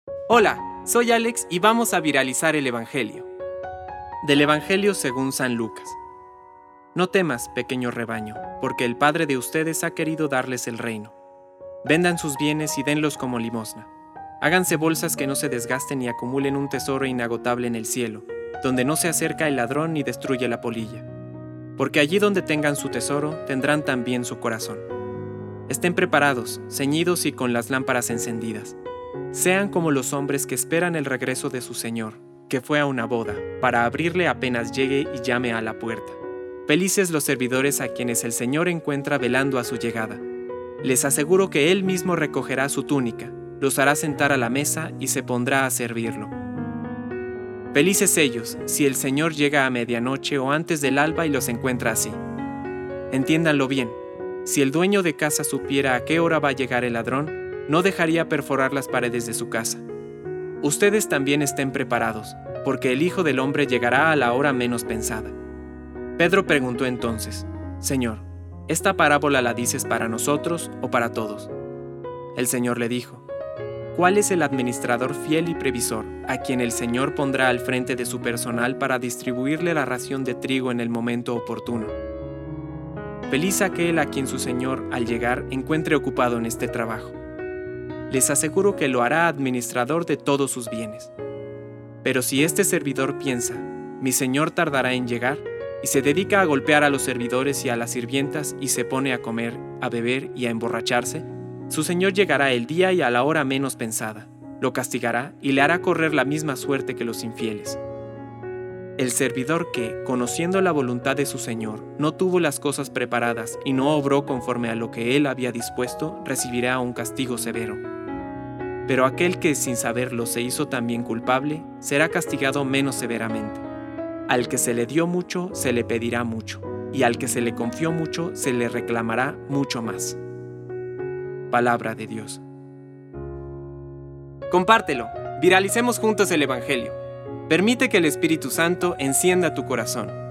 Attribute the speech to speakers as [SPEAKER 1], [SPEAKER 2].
[SPEAKER 1] Hola, soy Alex y vamos a viralizar el Evangelio. Del Evangelio según San Lucas. No temas, pequeño rebaño, porque el Padre de ustedes ha querido darles el reino. Vendan sus bienes y denlos como limosna. Háganse bolsas que no se desgasten y acumulen un tesoro inagotable en el cielo, donde no se acerca el ladrón ni destruye la polilla. Porque allí donde tengan su tesoro, tendrán también su corazón. Estén preparados, ceñidos y con las lámparas encendidas. Sean como los hombres que esperan el regreso de su Señor, que fue a una boda, para abrirle apenas llegue y llame a la puerta. Felices los servidores a quienes el Señor encuentra velando a su llegada. Les aseguro que Él mismo recogerá su túnica, los hará sentar a la mesa y se pondrá a servirlo. Felices ellos, si el Señor llega a medianoche o antes del alba y los encuentra así. Entiéndanlo bien, si el dueño de casa supiera a qué hora va a llegar el ladrón, no dejaría perforar las paredes de su casa. Ustedes también estén preparados, porque el Hijo del Hombre llegará a la hora menos pensada. Pedro preguntó entonces: Señor, ¿esta parábola la dices para nosotros o para todos? El Señor le dijo: ¿Cuál es el administrador fiel y previsor, a quien el Señor pondrá al frente de su personal para distribuirle la ración de trigo en el momento oportuno? Feliz aquel a quien su Señor, al llegar, encuentre ocupado en este trabajo. Les aseguro que lo hará administrador de todos sus bienes. Pero si este servidor piensa, mi Señor tardará en llegar, y se dedica a golpear a los servidores y a las sirvientas y se pone a comer, a beber y a emborracharse, su Señor llegará el día y a la hora menos pensada, lo castigará y le hará correr la misma suerte que los infieles. El servidor que, conociendo la voluntad de su Señor, no tuvo las cosas preparadas y no obró conforme a lo que él había dispuesto, recibirá un castigo severo. Pero aquel que sin saberlo se hizo también culpable, será castigado menos severamente. Al que se le dio mucho, se le pedirá mucho, y al que se le confió mucho, se le reclamará mucho más. Palabra de Dios. Compártelo, viralicemos juntos el Evangelio. Permite que el Espíritu Santo encienda tu corazón.